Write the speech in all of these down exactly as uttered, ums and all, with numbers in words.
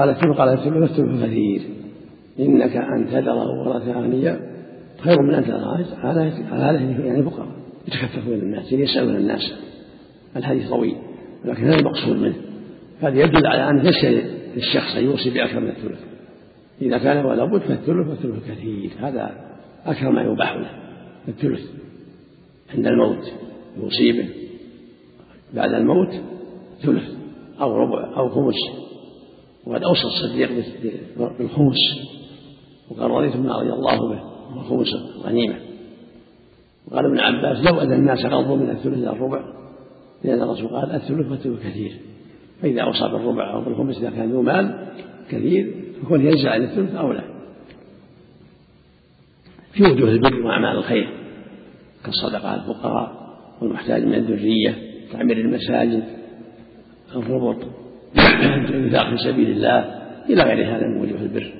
قال الثلث قال الثلث الثلث كثير إنك أن تذر ورثة أغنياء خير من أن تذر على يعني فقراء يتكففون الناس يسألون الناس. الحديث طويل لكن هذا المقصود منه. هذا يدل على أن ليس للشخص أن يوصي بأكثر من الثلث. إذا كان ولا بد فالثلث والثلث كثير هذا أكثر ما يباح له. الثلث عند الموت يوصي به، بعد الموت ثلث أو ربع أو خمس. وقد أوصى الصديق بالخمس وقال رضيت بما رضي الله به والخمس غنيمة. وقال ابن عباس لو أن الناس غضوا من الثلث إلى الربع لأن الرسول قال الثلث والثلث كثير. فإذا أوصى بالربع أو بالخمس إذا كان ذو مال كثير فكون ينزع عن الثلث أو لا. في وجوه البر وأعمال الخير كالصدقة على الفقراء والمحتاج من الذرية، تعمير المساجد، الربط، الإنفاق في سبيل الله إلى غير هذا من وجوه البر.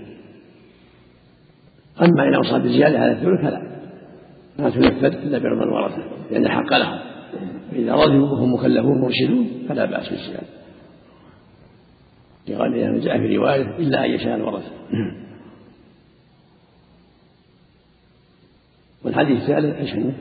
أما إن أوصى بالزيادة على الثلث فلا ما تنفذ إلا برضا الورثة لأن الحق لهم، فإذا رضوا وهم مكلفون مرشدون فلا بأس بالزيادة. قال إذا جاء في رواية إلا أن يشاء الورثة. والحديث الثالث ايش هو؟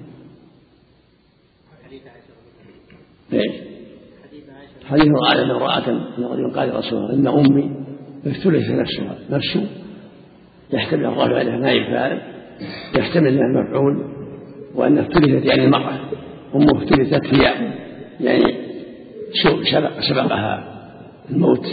حديث قال ان امرأة ان رجل قال يا رسول الله ان امي افتلت نفسها نفسه يحتمل الرفع لها نائب فاعل يحتمل لها المفعول وان افتلتت يعني المرأة امه افتلتت هي يعني سبق سبقها الموت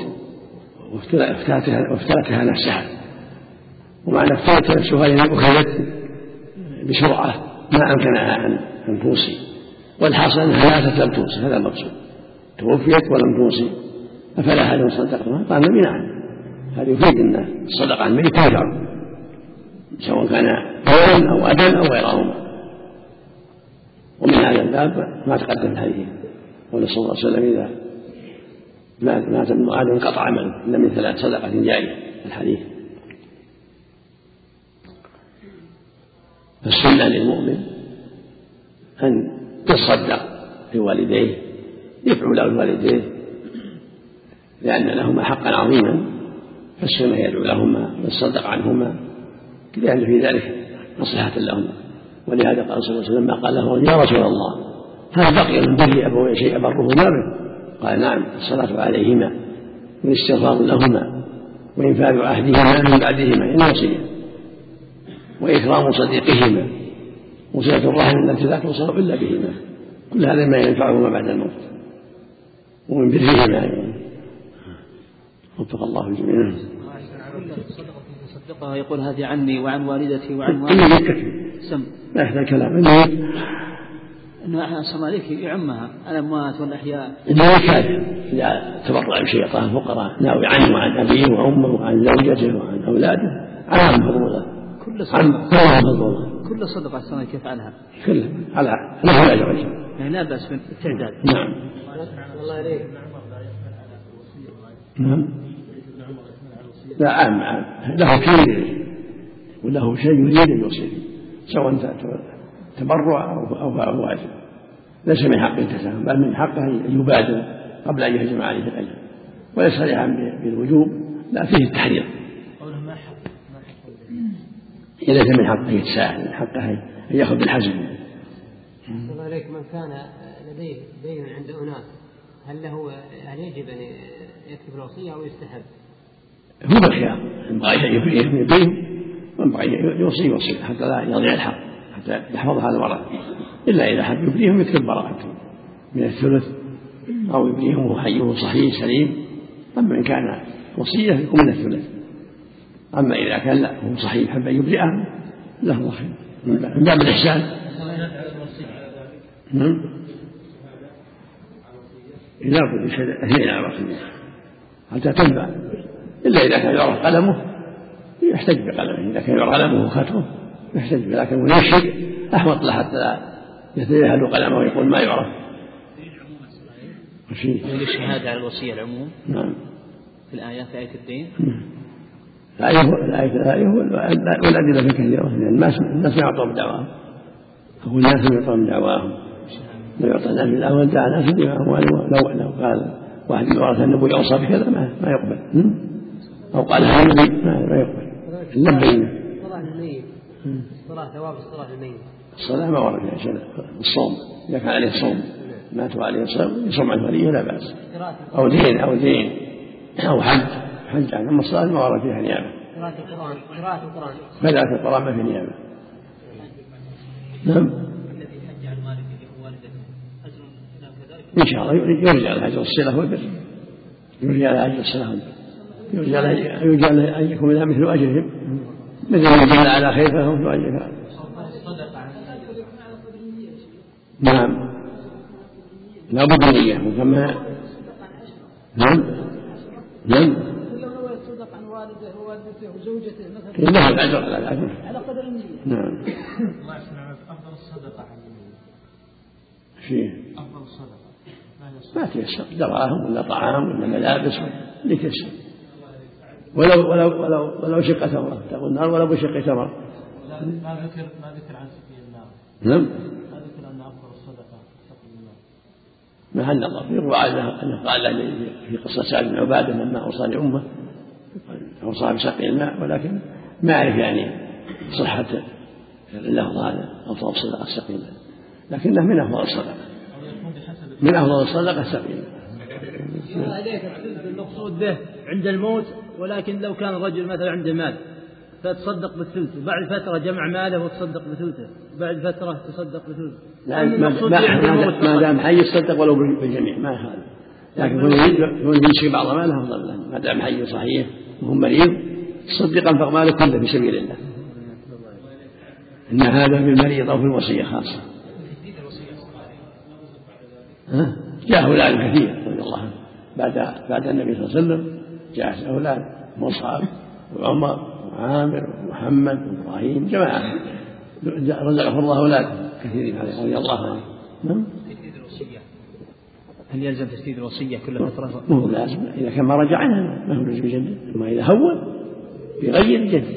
وافتلتها نفسها ومعنى افتلت نفسها يعني اخذت بسرعة ما أمكنها أن توصي والحاصل أنها ماتت لم توصي هذا المقصود توفيت ولم توصي أفلا هذا صدقها؟ قال النبي نعم. هذا يفيد أن الصدقة عن الميت تنفع سواء كان قولا أو أدا أو غيرهما. ومن هذا الباب ما تقدم الحديث قال صلى الله عليه وسلم إذا مات ابن آدم انقطع عمله إلا من ثلاث صدقة جارية الحديث. فالسنة للمؤمن أن يتصدق لوالديه يدعو له الوالديه لأن لهما حقا عظيما فالسنة يدعو لهما ويتصدق عنهما لأن في ذلك مصلحة لهما. ولهذا قال صلى الله عليه وسلم ما قال له يا رسول الله هل بقي من بر أبوي شيء أبرهما به؟ قال نعم الصلاة عليهما والاستغفار لهما وإنفاذ عهدهما من بعدهما إن وصية وإكرام صديقهما وصلة الرحم التي لا توصل إلا بهما. كل هذا ما ينفعهما بعد الموت ومن برهما وفق الله الجميع. صدقها يقول هذه عني وعن والدتي وعن والدتي سم لا يحتاج كلام إنه إنه أحنا أصلا عليك يعمها الأموات والأحياء إنه يكاد إذا تبرع بشيء طه الفقراء ناوي عنه وعن أبيه وأمه وعن زوجته وعن أولاده عام فضوله كل صدقة كل صدقة السنة كيف عنها كل على له لا جوز يعني لا بأس بالتعداد. نعم الله عليك نعم لا عام عام له كثير وله شيء يريد أن يوصي سواء تبرع أو واجب ليس من حقه التساهل بل من حقه أن يبادر قبل أن يهجم عليه الأجر وليس صريحا بالوجوب لا فيه التحرير ليس من حقه يتساهل من حقه أن يأخذ بالحزم. الله عليك من كان لديه دين عند أناس هل له هل يجب أن يكتب الوصية أو يستحب؟ هو بالخيار ينبغي يبني بهم وينبغي يوصي يوصي حتى لا يضيع الحق حتى يحفظ هذا الورث إلا إذا حد يبنيهم يكتب براءته من الثلث أو يبنيهم وحيه صحيح سليم. أما إن كان وصية يكون من الثلث. أما إذا كان لا هو صحيح حب أن يبرئه له الله خير من باب الإحسان. نعم إذا قد اثنين على وصية حتى تنفع إلا إذا كان يعرف قلمه يحتج بقلمه إذا كان يعرف قلمه وختمه يحتج به لكن منشد أحوط له حتى لا يتجاهل قلمه ويقول ما يعرف. يقول الشهادة على الوصية العموم نعم في الآيات في آية الدين الآية الآية والأدلة كثيرة الناس الناس يعطون بدعواهم أقول الناس يعطون بدعواهم لو يعطى الناس بالأول دعا الناس بدعواهم لو لو قال واحد من ورثة النبي يوصى بكذا ما ما يقبل أو قالها النبي ما يقبل إلا بينه. الصلاة للميت، الصلاة ثواب الصلاة للميت. الصلاة ما ورد فيها شيء. الصوم إذا كان عليه صوم ماتوا عليه الصوم يصوم عن وليه لا بأس، أو دين أو دين أو حج حج. أما الصلاة ما ورد فيها نيابة. قراءة القرآن قراءة القرآن قراءة القرآن ما في نيابة. نعم. الذي حج عن والده ووالدته أجر كذلك إن شاء الله يرجع على أجر الصلة والبر، يرجع على أجر الصلة والبر، يرجع على أن يكون لها مثل أجرهم، مثل ما جعل على خير فهم مثل أجرها. نعم لا بد من نية وكما نعم نعم يتصدق عن والده ووالدته وزوجته مثلا إنها الأجر على الأجر على قدر النية. نعم. الله يسلمك، أفضل الصدقة عن النية فيه أفضل الصدقة ما تيسر دراهم ولا طعام ولا ملابس اللي تيسر، ولو ولو ولو ولو شق تمرة تقول النار ولو بشق تمرة. ما ذكر ما ذكر عن سقي النار. نعم. ما ذكر أن أفضل الصدقة سقي النار. ما هل نظر يروى أنه قال في قصة سعد بن عبادة لما أوصى لأمه أوصى بسقي الماء، ولكن ما أعرف يعني صحة اللفظ هذا أفضل الصدقة سقي الماء، لكنه من أفضل الصدقة من أفضل الصدقة سقي الماء. عليك المقصود به عند الموت، ولكن لو كان الرجل مثلا عنده مال فتصدق بالثلث، بعد فترة جمع ماله وتصدق بثلثه، بعد فترة تصدق بثلثه. لا ما دام حي يصدق ولو بالجميع ما هذا، لكن يكون يشفي بعض ماله أفضل له. ما دام حي صحيح وهم مريض صدق أنفق ماله كله في سبيل الله. إن هذا بالمريض أو في الوصية خاصة. جاء أولاد كثير رضي الله عنه بعد بعد النبي صلى الله عليه وسلم، جاء أولاد مصعب وعمر وعامر ومحمد وإبراهيم جماعة رزقه الله أولاد كثيرين عليه رضي الله عنه. نعم. هل يلزم تجديد الوصية كل فترة؟ مو لازم، إذا كان ما رجع عنها ما هو لازم يجدد، أما إذا هو يغير يجدد.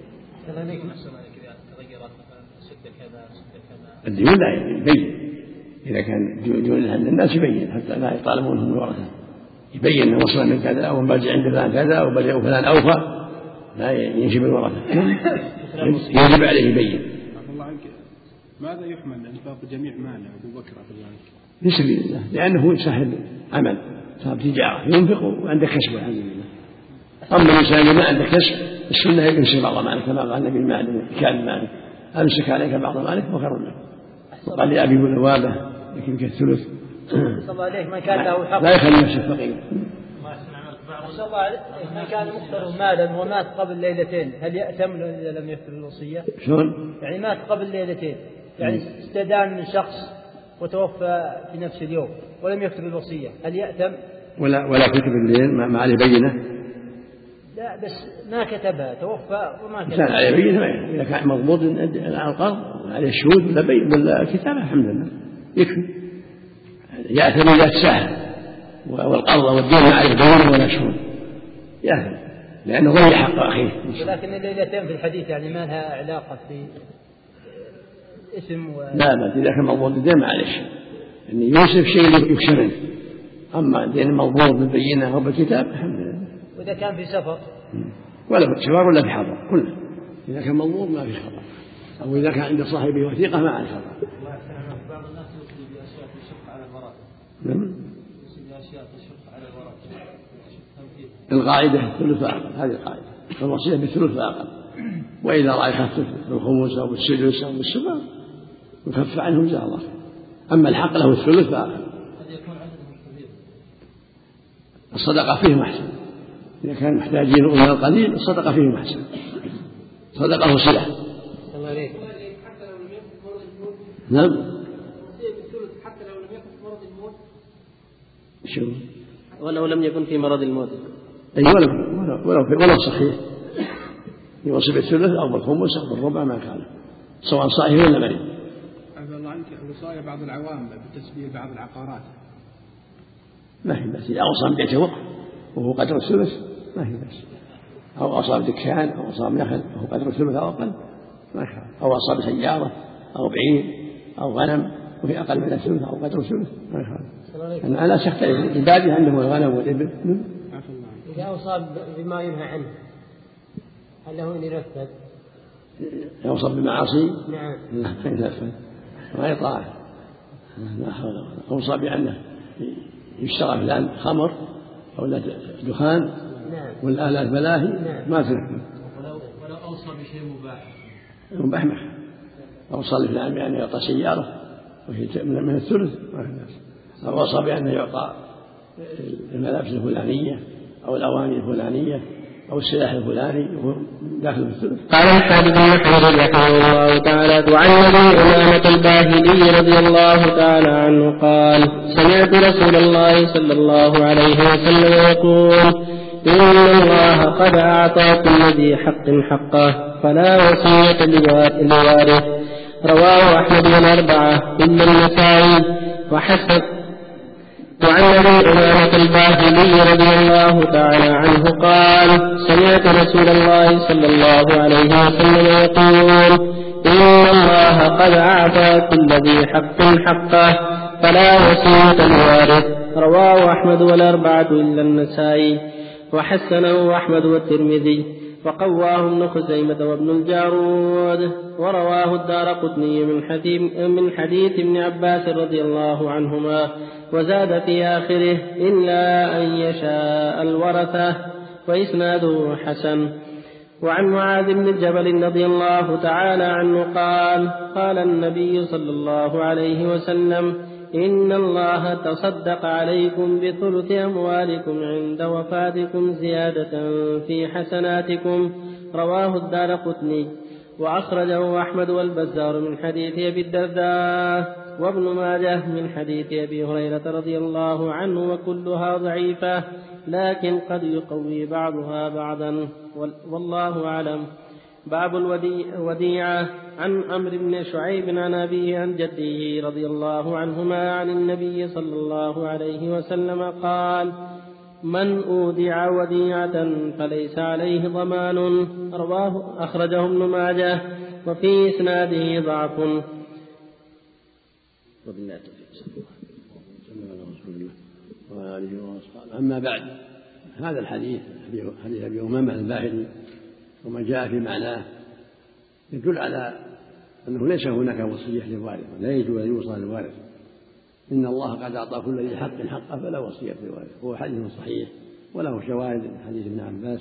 الديون لا يبين، إذا كان ديون عند الناس يبين حتى لا يطالبونهم الورثة، يبين أنه وصل من كذا أو بلج عند فلان كذا أو بلج فلان أوفى، لا ينشب الورثة يجب عليه يبين. الله عنك ماذا يحمل إنفاق جميع ماله أبو بكر رضي الله عنك؟ في سبيل الله، لأنه يسهل عمل، صار تجارة ينفق وعنده كسب الحمد لله. أما الإنسان ما عنده كسب السنة يمسك بعض مالك كما قال النبي المال كان مالك أمسك عليك بعض مالك وخير لك. وقال لأبي بن لكن كالثلث من كان له حق لا يخلي نفسه فقير. من كان مقتر مالا ومات قبل ليلتين هل يأتم إذا لم يكتب الوصية؟ شلون؟ يعني مات قبل ليلتين، يعني استدان من شخص وتوفى في نفس اليوم ولم يكتب الوصية، هل يأتم؟ ولا ولا كتب الليل ما عليه بينة؟ لا بس ما كتبها، توفى وما كتبها. كان عليه بينة إذا كان مضبوط على القرض عليه شهود ولا بين ولا كتابة الحمد لله يكفي. يأتم إذا تساهل والقرض والدين ما عليه بينة ولا شهود يأتم لأنه ضيع حق أخيه. ولكن الليلتين في الحديث يعني ما لها علاقة في اسم و... لا ما إذا كان مضبوط الدين ما عليه شيء، إن يوسف شيء يكشف منه، أما الدين مضبوط بالبينة أو بالكتاب الحمد لله. وإذا كان في سفر ولا في سفر ولا في حضر كله، إذا كان مضبوط ما في خطر، أو إذا كان عند صاحبه وثيقة ما عليه خطر. بعض الناس يوصي بأشياء تشق على الورثة. نعم. يوصي بأشياء تشق على الورثة. القاعدة الثلث أقل، هذه القاعدة الوصية بالثلث أقل، وإذا رأى يخفف بالخمس أو بالسدس أو بالسبع يخفف عنه جزاه الله. أما الحق له الثلث فأقل. الصدقة فيه محسن، إذا كان محتاجين إلى القليل الصدقة فيه محسن، صدقه صلة. نعم. حتى لو لم يكن في مرض الموت. شو؟ ولو لم يكن في مرض الموت. أي ولو ولو ولو صحيح يوصي بالثلث أو بالخمس أو بالربع ما كان، سواء صحيح ولا مريض. عفى الله عنك وصايا بعض العوام بتسبيل بعض العقارات. ما في بأس، إذا أوصى ببيت وقف وهو قدر الثلث ما في بأس، أو أصاب دكان أو أصاب نخل وهو قدر الثلث أو أقل ما كان، أو أصاب سيارة أو بعير أو غنم وهي أقل من الثلث أو قدر الثلث ما كان. أنا لا شك العبادة عندهم الغنم والإبل. إذا أوصى بما ينهى عنه هل له أن ينفذ؟ يوصى بمعاصي؟ نعم. لا ما ينفذ، ما يطاع. لا حول ولا قوة. أوصى بأنه يشترى فلان خمر أو دخان نعم. والآلات ملاهي نعم. ما تنفذ. ولو ولو أوصى بشيء مباح مباح محل. أوصى لفلان بأنه يعطى سيارة وهي من الثلث أو أوصى بأنه يعطى الملابس الفلانية أو الأواني الفلانية أو السلاح الفلاني داخل في الثلث. قال الحافظ بن حجر رحمه الله تعالى: وعن أبي أمامة الباهلي رضي الله تعالى عنه قال: سمعت رسول الله صلى الله عليه وسلم يقول: إن الله قد أعطى كل ذي حق حقه فلا وصية لوارث. رواه أحمد والأربعة إلا النسائي وحسن. وعن أبي أمامة الباهلي رضي الله تعالى عنه قال: سمعت رسول الله صلى الله عليه وسلم يقول: إن الله قد أعطى كل ذي حق حقه فلا وصية لوارث. رواه أحمد والأربعة إلا النسائي وحسنه أحمد والترمذي وقواه ابن خزيمة وابن الجارود. ورواه الدارقطني من حديث من حديث ابن عباس رضي الله عنهما وزاد في آخره: إلا أن يشاء الورثة، وإسناده حسن. وعن معاذ بن جبل رضي الله تعالى عنه قال: قال النبي صلى الله عليه وسلم: إن الله تصدق عليكم بثلث أموالكم عند وفاتكم زيادة في حسناتكم. رواه الدارقطني وأخرجه أحمد والبزار من حديث أبي الدرداء وابن ماجه من حديث أبي هريرة رضي الله عنه، وكلها ضعيفة لكن قد يقوي بعضها بعضا والله أعلم. باب الوديعة. عن عمرو بن شعيب عن أبيه عن جده رضي الله عنهما عن النبي صلى الله عليه وسلم قال: من أودع وديعة فليس عليه ضمان. رواه أخرجه ابن ماجه وفي إسناده ضعف. أما بعد، هذا الحديث حديث أبي أمامة الباهلي وما جاء في معناه يدل على أنه ليس هناك وصية للوارث، لا يجوز أن يوصى للوارث. إن الله قد أعطى كل ذي حق حقه فلا وصية للوارث. هو حديث صحيح وله شواهد من حديث ابن عباس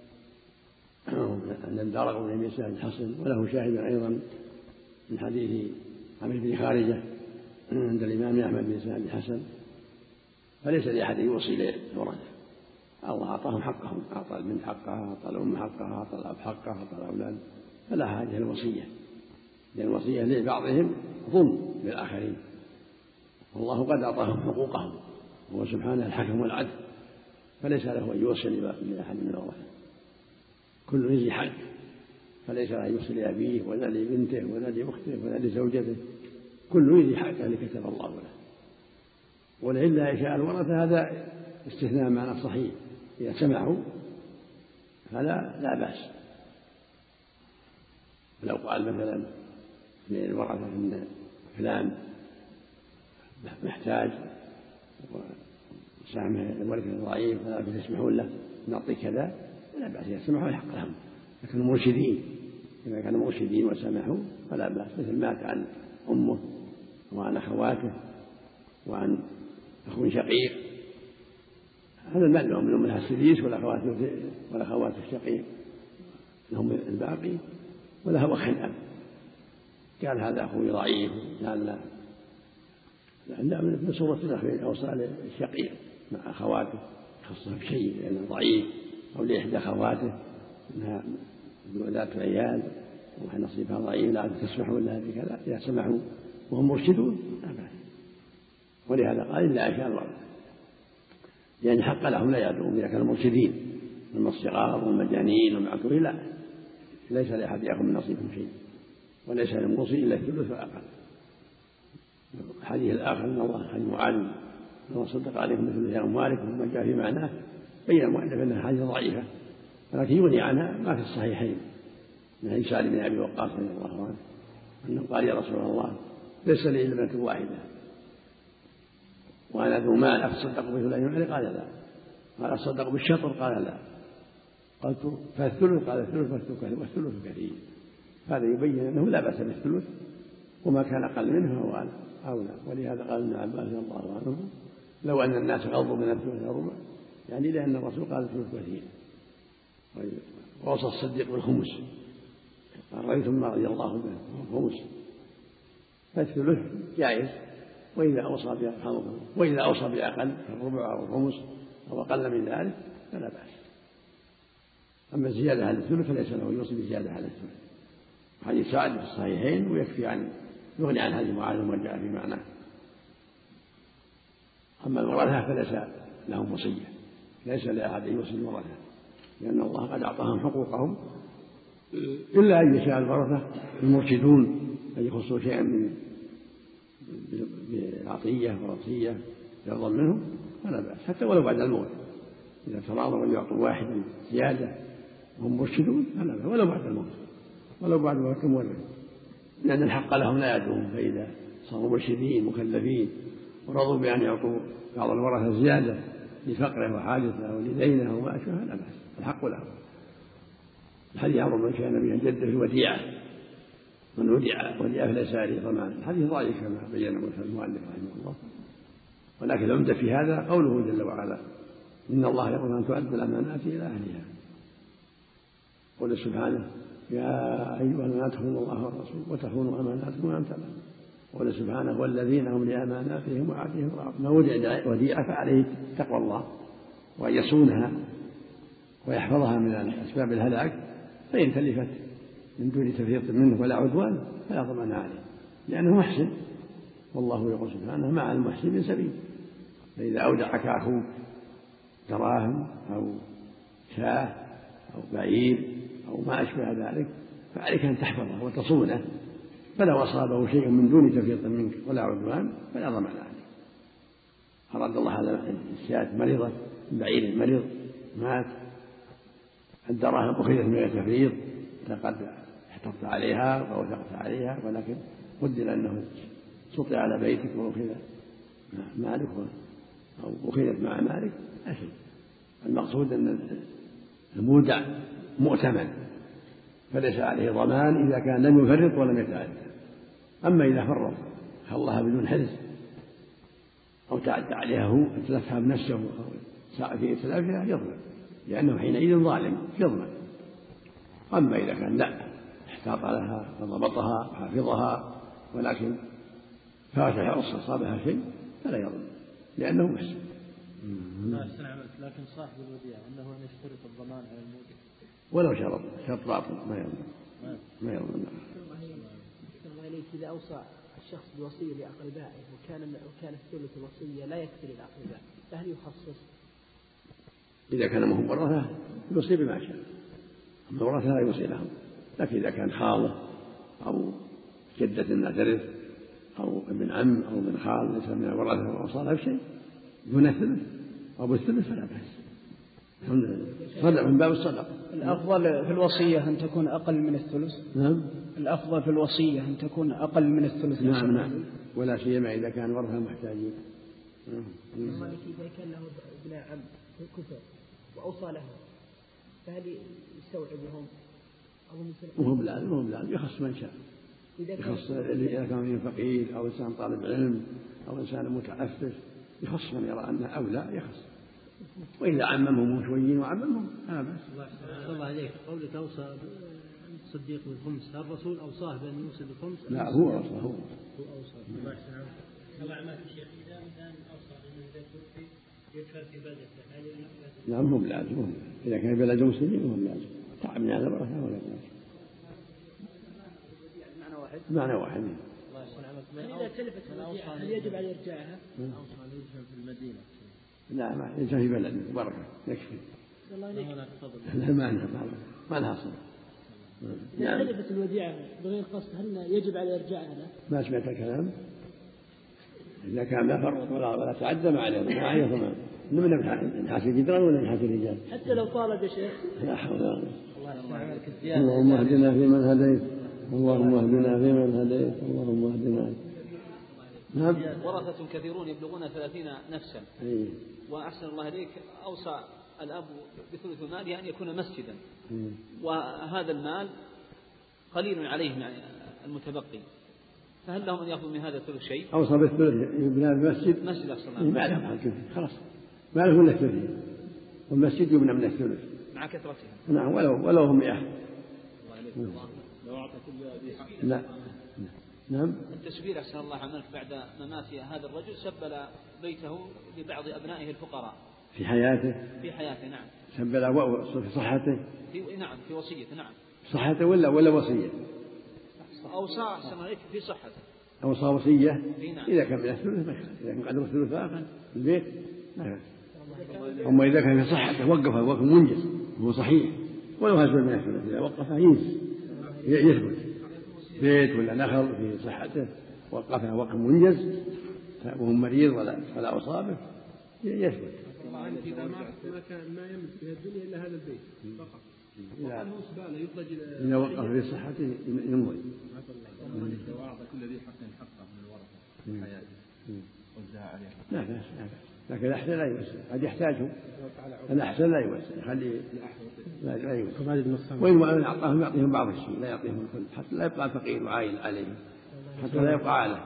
أن الدارقطني من إسناد حسن، وله شاهد أيضا من حديث عمرو بن خارجة عند الإمام أحمد بن إسناد حسن. فليس لأحد يوصي للورثة، الله أعطاهم حقهم، أعطى البنت حقها، أعطى الأم حقها، أعطى الأب حقها، أعطى الأولاد، فلا حاجة للوصية، لأن الوصية لبعضهم ظلم للآخرين، والله قد أعطاهم حقوقهم، وهو سبحانه الحكم والعدل، فليس له أن يوصي لأحد من الورثة. كل ذي حق، فليس له أن يوصي لأبيه ولا لبنته ولا لأخته ولا لزوجته، كل ذي حق الذي كتب الله له. ولئلا يشاء الورثة هذا استثناء معنى صحيح، إذا سمعوا فلا لا بأس. لو قال مثلا للورثة إن فلان محتاج وسامه الورثة ضعيف فلا تسمحون له نعطي كذا، لا بأس إذا سمحوا يحق لهم. لكن مرشدين إذا كانوا مرشدين وسمحوا فلا بأس، مثل مات عن أمه وعن أخواته وعن أخو شقيق، هذا المال لهم، لهم لها السديس والأخوات والأخوات الشقيق لهم الباقي ولها أخ أب. قال هذا أخوي ضعيف، قال لا لا من صورة الأخوين أوصى الشقيق مع أخواته خصها بشيء لأنه ضعيف، أو لإحدى أخواته أنها ذات عيال ونصيبها ضعيف لا تسمحوا لها بكذا، إذا سمحوا وهم مرشدون لا بأس. ولهذا قال إلا أشاء الورثة، لأن حق لهم لا يدعون إذا كانوا مرشدين من الصغار والمجانين والمعكوفين، لا ليس لأحد يأخذ من نصيبهم شيء، وليس للموصي إلا الثلث فأقل. الحديث الآخر أن الله حديث معاذ أنه صدق عليكم مثل أموالكم، وما جاء في معناه بين المؤلف أنها حديث ضعيفة، ولكن يغني عنها ما في الصحيحين من حديث سعد بن أبي وقاص رضي الله عنه أنه قال يا رسول الله ليس لي إلا ابنة واحدة وأنا ذو مال أتصدق به لا يملك، قال لا، قال صدق بالشطر قال لا، قلت فالثلث قال الثلث والثلث كثير. هذا يبين أنه لا بأس بالثلث، وما كان أقل منه هو أولى. ولهذا قال ابن عباس رضي الله عنه لو أن الناس غضوا من الثلث الربع، يعني لأن الرسول قال الثلث كثير. ووصى الصديق بالخمس، قال رأيتم ما رضي الله عنه الخمس، فالثلث جائز، وإذا أوصى بأقل وإذا أوصى بأقل الربع أو الخمس أو أقل من ذلك فلا بأس. أما الزيادة على الثلث فليس له يوصي بزيادة على الثلث. حديث سعد في الصحيحين، ويكفي عن يغني عن هذه معاذ وما جاء في معناه. أما الورثة فليس لهم وصية، ليس لأحد يوصي الورثة، لأن الله قد أعطاهم حقوقهم، إلا أن يشاء الورثة المرشدون أن يخصوا شيئا بعطية ووصية يرضى منهم فلا بأس، حتى ولو بعد الموت. إذا تراضوا أن يعطوا واحد زيادة وهم مرشدون فلا بأس، ولو بعد الموت، ولو بعد موت المورث، لأن الحق لهم لا يدوم. فإذا صاروا مرشدين مكلفين ورضوا بأن يعطوا بعض الورثة زيادة لفقره وحاجته ولدينه وما أشبه لا بأس، الحق لهم. الحديث عن من كان به جده الوديعة، من ودع وديعة فليس عليه ضمان. الحديث ضعيف كما بين المؤلف رحمه الله، ولكن العمدة في هذا قوله جل وعلا إن الله يقول أن تؤدوا الأمانات إلى أهلها. قل سبحانه يا أيها الناس تخونوا الله والرسول وتخونوا أماناتكم وأنتم تعلمون. قل سبحانه والذين هم لأماناتهم وعهدهم راعون. ما ودع وديعة فعليه تقوى الله وأن يصونها ويحفظها من أسباب الهلاك، فإن تلفت من دون تفريط منه ولا عدوان فلا ضمان عليه، لأنه محسن، والله يقول سبحانه مع المحسنين سبيل. فإذا أودعك أخوك دراهم أو شاة أو بعير أو ما أشبه ذلك فعليك أن تحفظه وتصونه، فلو أصابه شيء من دون تفريط منك ولا عدوان فلا ضمان عليه. أراد الله هذا الشاة مريضة، بعير مريض مات، الدراهم أخذت من غير تفريط، لقد احتفظت عليها ووثقت عليها، ولكن قدر أنه سطع على بيتك وأخذ مالك أو أخذت مع مالك أشد. المقصود أن المودع مؤتمن فليس عليه ضمان إذا كان لم يفرط ولم يتعدى. أما إذا فرط خلها بدون حرص أو تعدى عليها هو اتلفها بنفسه أو ساء في إتلافها يضمن، لأنه حينئذ ظالم يضمن. أما إذا كان لا احتاط لها وضبطها وحفظها ولكن فات حرص أصابها شيء فلا يضمن لأنه محسن. لكن صاحب الوديعة أنه أن يشترط الضمان على المودع ولو شرط شرط باطل ما يضمن ما يضمن. عليك إذا أوصى الشخص بوصية لأقربائه وكان وكان الثلث الوصية لا يكفي للأقرباء فهل يخصص؟ إذا كان مهم ورثة يوصي بما شاء، أما ورثة لا يوصي لهم. لكن إذا كان خاله أو جدة لا ترث أو ابن عم أو ابن خال ليس من الورثة وأوصى له بشيء دون الثلث أو بالثلث فلا بأس، صدق من باب الصدقة. الأفضل في الوصية أن تكون أقل من الثلث. نعم. الأفضل في الوصية أن تكون أقل من الثلث. نعم نعم، ولا سيما إذا كان ورثة محتاجين. المالك إذا كان له ابن عم كفر وأوصى له فهل يستوعبهم أو وهم لازم وهم لازم يخص من شاء، يخص إذا كان من فقير أو إنسان طالب علم أو إنسان متعفف يخص من يرى أنه أولى يخص، وإذا عممهم شويين وعممهم لا بأس. الله عليك قولك أوصى الصديق بالخمس، هل الرسول أوصاه بأن يوصي بالخمس؟ لا هو أوصى هو هو أوصى. الله أعمال الشيخ إذا مثلا أوصى أنه إذا توفي يدفن في بلده. نعم هم لازم، إذا كان بلد مسلمين هم لازم تعب من هذا البركة ولا لازم. معنى واحد. معنى واحد. إذا تلفت الوديعة هل يجب على إرجاعها؟ أوصى أن يدفن في المدينة. لا ما يدفن في بلد بركة يكفي. الله عليك. لا ما لها ما لها صلة. إذا تلفت الوديعة بغير قصد هل يجب على إرجاعها له؟ ما سمعت الكلام. إذا كان لا فرط ولا ولا تعدى ما عليه ما عليه ضمان. من نحاس الجدران ولا نحاس الرجال؟ حتى لو طالب يا شيخ. لا حول ولا قوة. اللهم اهدنا فيمن هديت، اللهم اهدنا فيمن هديت، اللهم اهدنا. نعم. ورثة كثيرون يبلغون ثلاثين نفسا. إيه. وأحسن الله إليك أوصى الأب بثلث ماله أن يكون مسجدا، وهذا المال قليل عليهم يعني المتبقي، فهل لهم أن يأخذوا من هذا الثلث شيء؟ أوصى بالثلث يبنى المسجد مسجد أحسن الله ما لهم حق خلاص ما لهم إلا الثلث، والمسجد يبنى من الثلث مع كثرتهم. نعم ولو ولو هم مئة. لو أعطى كل ذي حق. لا نعم. التسبيل أحسن الله عملك بعد ممات هذا الرجل سبل بيته لبعض أبنائه الفقراء في حياته في حياته نعم سبل في صحته في نعم في وصيته نعم صحته ولا ولا وصية أوصى أحسن الله عليك في صحته أوصى وصية نعم. إذا كان من الثلث ما يخالف، إذا كان قدر الثلث آخر في البيت ما يخالف. أما إذا كان في صحته وقفه وقف منجز وهو صحيح ولو هزل من الثلث إذا وقفه ينزل يثبت بيت ولا نخل في صحته وقفه وقف منجز وهو مريض ولا ولا أصابه يثبت. إذا ما كان ما يملك في الدنيا إلا هذا البيت فقط إذا يطلق إذا وقف في صحته يمضي. لو أعطى كل ذي حق حقه من الورثة في حياته وزعها عليه لا بأس لا بأس، لكن الأحسن لا يوسع، قد يحتاجه الأحسن لا يوسع يخلي لا لا يوسع، وإن أعطاهم يعطيهم بعض الشيء لا يعطيهم الكل حتى لا يبقى فقير وعائل عليهم حتى لا يبقى عالة.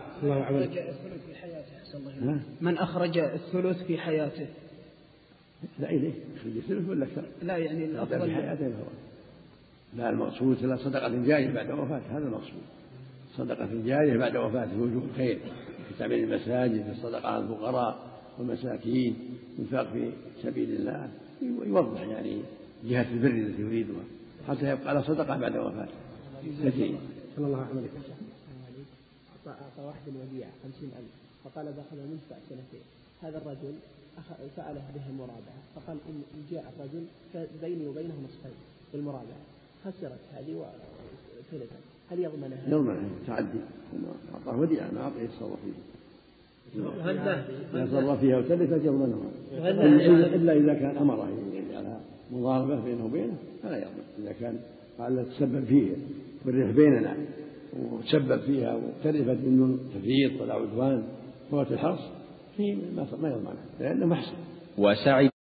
من أخرج الثلث في حياته لا إليه يخرج الثلث ولا أكثر؟ لا يعني الأفضل في حياته لا المقصود لا صدقة جارية بعد وفاته، هذا المقصود صدقة جارية بعد وفاته وجوه الخير في تعمير المساجد، في الصدقة على الفقراء والمساكين، انفاق في سبيل الله، يوضح يعني جهة البر التي يريدها حتى يبقى على صدقة بعد وفاته. صلى الله عليه وسلم. أعطى واحد الوديعة خمسين ألف فقال دخل منفع سنتين، هذا الرجل فعله به مرابعة فقال إن جاء الرجل بيني وبينه نصفين بالمرابعة خسرت هذه وثلثا، هل يضمنها؟ يضمنها تعدي، أعطاه وديعة ما أعطيه يتصرف فيها، يتصرف فيها وثلثت يضمنها إلا إذا كان أمره على مضاربة بينه وبينه فلا يضمن. إذا كان قال تسبب فيه والربح بيننا وتسبب فيها وتلفت من تفريط ولا عدوان فوات الحرص فيه ما يضمنها لأنه محسن. وسعي